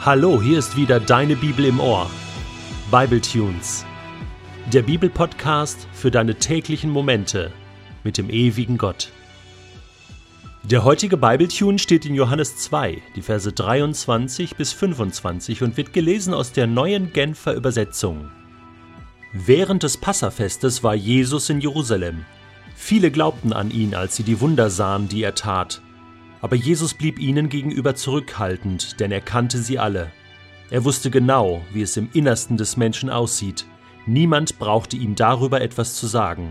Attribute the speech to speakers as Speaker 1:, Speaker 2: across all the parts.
Speaker 1: Hallo, hier ist wieder deine Bibel im Ohr. Bible Tunes, der Bibelpodcast für deine täglichen Momente mit dem ewigen Gott. Der heutige Bible Tune steht in Johannes 2, die Verse 23 bis 25 und wird gelesen aus der Neuen Genfer Übersetzung. Während des Passafestes war Jesus in Jerusalem. Viele glaubten an ihn, als sie die Wunder sahen, die er tat. Aber Jesus blieb ihnen gegenüber zurückhaltend, denn er kannte sie alle. Er wusste genau, wie es im Innersten des Menschen aussieht. Niemand brauchte ihm darüber etwas zu sagen.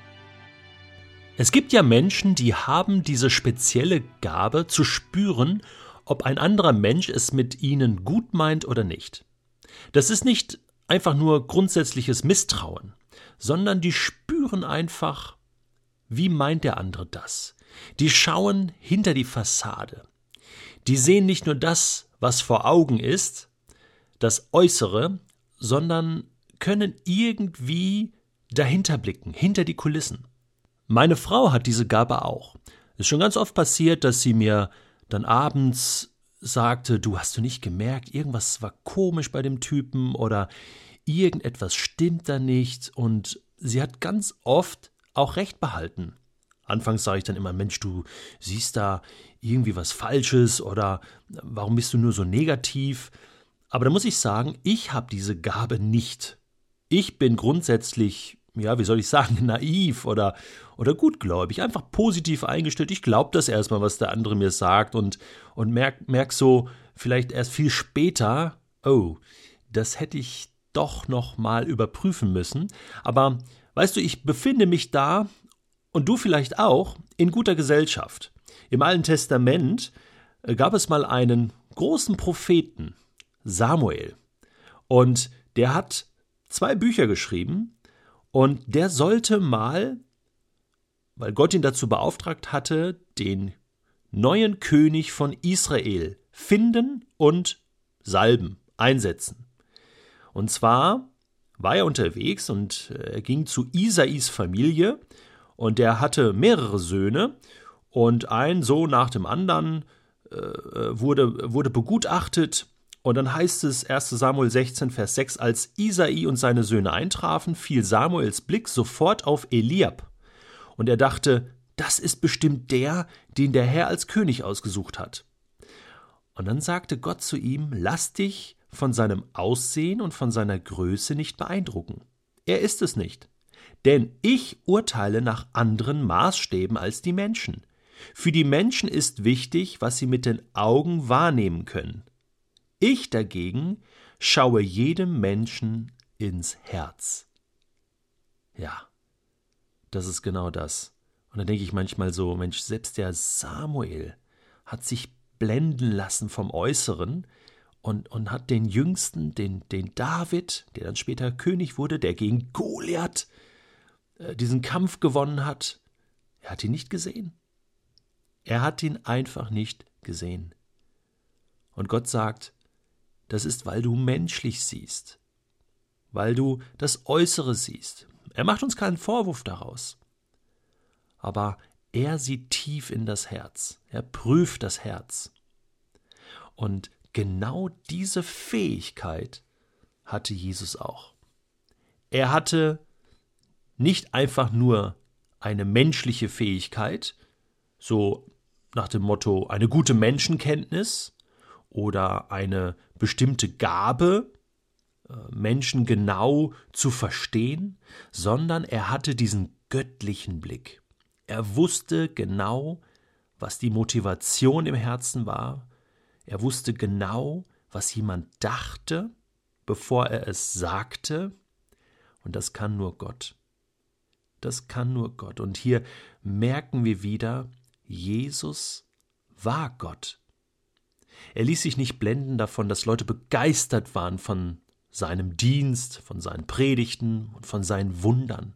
Speaker 1: Es gibt ja Menschen, die haben diese spezielle Gabe zu spüren, ob ein anderer Mensch es mit ihnen gut meint oder nicht. Das ist nicht einfach nur grundsätzliches Misstrauen, sondern die spüren einfach, wie meint der andere das? Die schauen hinter die Fassade. Die sehen nicht nur das, was vor Augen ist, das Äußere, sondern können irgendwie dahinter blicken, hinter die Kulissen. Meine Frau hat diese Gabe auch. Es ist schon ganz oft passiert, dass sie mir dann abends sagte, hast du nicht gemerkt, irgendwas war komisch bei dem Typen oder irgendetwas stimmt da nicht, und sie hat ganz oft auch recht behalten. Anfangs sage ich dann immer, Mensch, du siehst da irgendwie was Falsches oder warum bist du nur so negativ? Aber da muss ich sagen, ich habe diese Gabe nicht. Ich bin grundsätzlich, naiv oder gutgläubig, einfach positiv eingestellt. Ich glaube das erstmal, was der andere mir sagt und merk so vielleicht erst viel später, das hätte ich doch noch mal überprüfen müssen. Aber weißt du, ich befinde mich da, und du vielleicht auch, in guter Gesellschaft. Im Alten Testament gab es mal einen großen Propheten, Samuel. Und der hat 2 Bücher geschrieben und der sollte mal, weil Gott ihn dazu beauftragt hatte, den neuen König von Israel finden und salben, einsetzen. Und zwar war er unterwegs und er ging zu Isais Familie. Und der hatte mehrere Söhne und ein Sohn nach dem anderen wurde begutachtet. Und dann heißt es 1. Samuel 16, Vers 6, als Isai und seine Söhne eintrafen, fiel Samuels Blick sofort auf Eliab. Und er dachte, das ist bestimmt der, den der Herr als König ausgesucht hat. Und dann sagte Gott zu ihm, lass dich von seinem Aussehen und von seiner Größe nicht beeindrucken. Er ist es nicht. Denn ich urteile nach anderen Maßstäben als die Menschen. Für die Menschen ist wichtig, was sie mit den Augen wahrnehmen können. Ich dagegen schaue jedem Menschen ins Herz. Ja, das ist genau das. Und dann denke ich manchmal so, Mensch, selbst der Samuel hat sich blenden lassen vom Äußeren und hat den Jüngsten, den David, der dann später König wurde, der gegen Goliath diesen Kampf gewonnen hat, er hat ihn nicht gesehen. Er hat ihn einfach nicht gesehen. Und Gott sagt, das ist, weil du menschlich siehst, weil du das Äußere siehst. Er macht uns keinen Vorwurf daraus. Aber er sieht tief in das Herz. Er prüft das Herz. Und genau diese Fähigkeit hatte Jesus auch. Er hatte nicht einfach nur eine menschliche Fähigkeit, so nach dem Motto eine gute Menschenkenntnis oder eine bestimmte Gabe, Menschen genau zu verstehen, sondern er hatte diesen göttlichen Blick. Er wusste genau, was die Motivation im Herzen war. Er wusste genau, was jemand dachte, bevor er es sagte. Und das kann nur Gott. Das kann nur Gott. Und hier merken wir wieder, Jesus war Gott. Er ließ sich nicht blenden davon, dass Leute begeistert waren von seinem Dienst, von seinen Predigten und von seinen Wundern.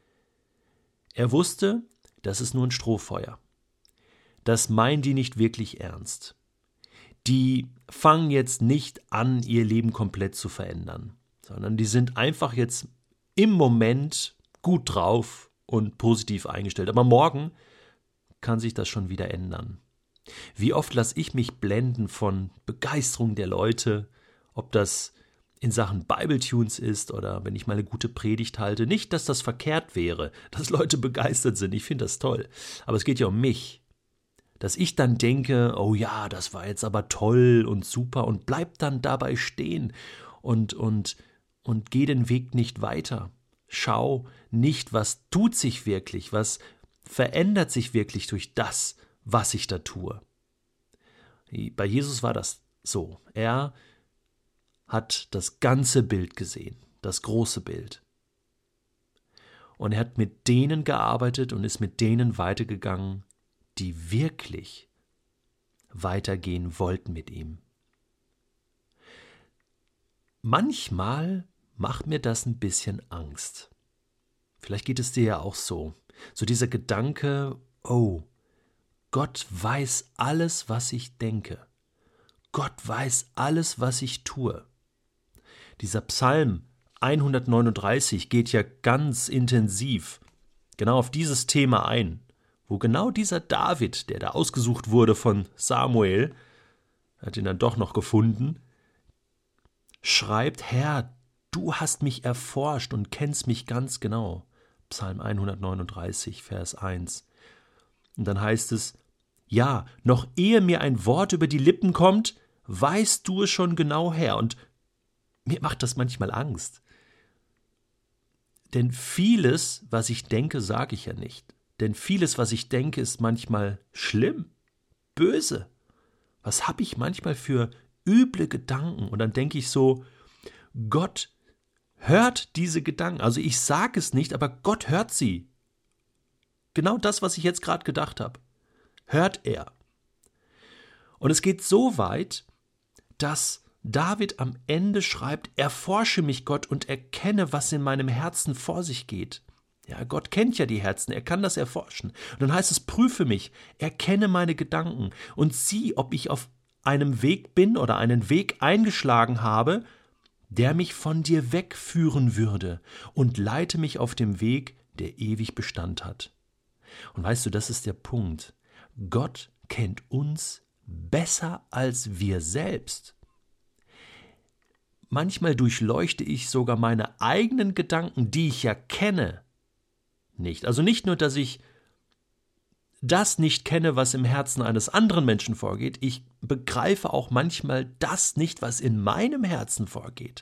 Speaker 1: Er wusste, das ist nur ein Strohfeuer. Das meinen die nicht wirklich ernst. Die fangen jetzt nicht an, ihr Leben komplett zu verändern, sondern die sind einfach jetzt im Moment gut drauf und positiv eingestellt. Aber morgen kann sich das schon wieder ändern. Wie oft lasse ich mich blenden von Begeisterung der Leute, ob das in Sachen Bibletunes ist oder wenn ich mal eine gute Predigt halte. Nicht, dass das verkehrt wäre, dass Leute begeistert sind. Ich finde das toll. Aber es geht ja um mich. Dass ich dann denke, oh ja, das war jetzt aber toll und super und bleib dann dabei stehen und geh den Weg nicht weiter. Schau nicht, was tut sich wirklich, was verändert sich wirklich durch das, was ich da tue. Bei Jesus war das so. Er hat das ganze Bild gesehen, das große Bild. Und er hat mit denen gearbeitet und ist mit denen weitergegangen, die wirklich weitergehen wollten mit ihm. Manchmal macht mir das ein bisschen Angst. Vielleicht geht es dir ja auch so. So dieser Gedanke, oh, Gott weiß alles, was ich denke. Gott weiß alles, was ich tue. Dieser Psalm 139 geht ja ganz intensiv genau auf dieses Thema ein, wo genau dieser David, der da ausgesucht wurde von Samuel, hat ihn dann doch noch gefunden, schreibt, Herr, du hast mich erforscht und kennst mich ganz genau. Psalm 139, Vers 1. Und dann heißt es, ja, noch ehe mir ein Wort über die Lippen kommt, weißt du es schon genau her. Und mir macht das manchmal Angst. Denn vieles, was ich denke, sage ich ja nicht. Denn vieles, was ich denke, ist manchmal schlimm, böse. Was habe ich manchmal für üble Gedanken? Und dann denke ich so, Gott hört diese Gedanken. Also ich sage es nicht, aber Gott hört sie. Genau das, was ich jetzt gerade gedacht habe, hört er. Und es geht so weit, dass David am Ende schreibt, erforsche mich, Gott, und erkenne, was in meinem Herzen vor sich geht. Ja, Gott kennt ja die Herzen, er kann das erforschen. Und dann heißt es, prüfe mich, erkenne meine Gedanken und sieh, ob ich auf einem Weg bin oder einen Weg eingeschlagen habe, der mich von dir wegführen würde, und leite mich auf dem Weg, der ewig Bestand hat. Und weißt du, das ist der Punkt. Gott kennt uns besser als wir selbst. Manchmal durchleuchte ich sogar meine eigenen Gedanken, die ich ja kenne, nicht. Also nicht nur, dass ich das nicht kenne, was im Herzen eines anderen Menschen vorgeht, ich begreife auch manchmal das nicht, was in meinem Herzen vorgeht.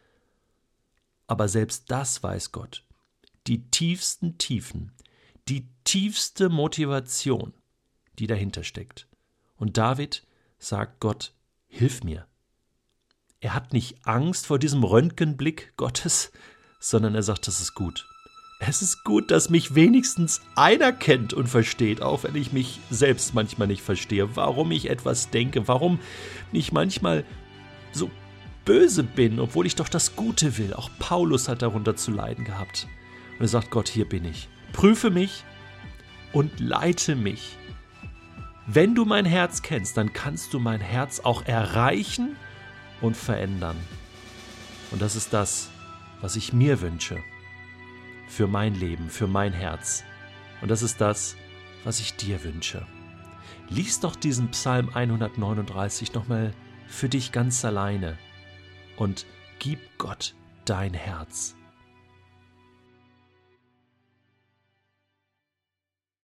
Speaker 1: Aber selbst das weiß Gott. Die tiefsten Tiefen, die tiefste Motivation, die dahinter steckt. Und David sagt Gott, hilf mir. Er hat nicht Angst vor diesem Röntgenblick Gottes, sondern er sagt, das ist gut. Es ist gut, dass mich wenigstens einer kennt und versteht, auch wenn ich mich selbst manchmal nicht verstehe, warum ich etwas denke, warum ich manchmal so böse bin, obwohl ich doch das Gute will. Auch Paulus hat darunter zu leiden gehabt. Und er sagt, Gott, hier bin ich. Prüfe mich und leite mich. Wenn du mein Herz kennst, dann kannst du mein Herz auch erreichen und verändern. Und das ist das, was ich mir wünsche. Für mein Leben, für mein Herz. Und das ist das, was ich dir wünsche. Lies doch diesen Psalm 139 nochmal für dich ganz alleine und gib Gott dein Herz.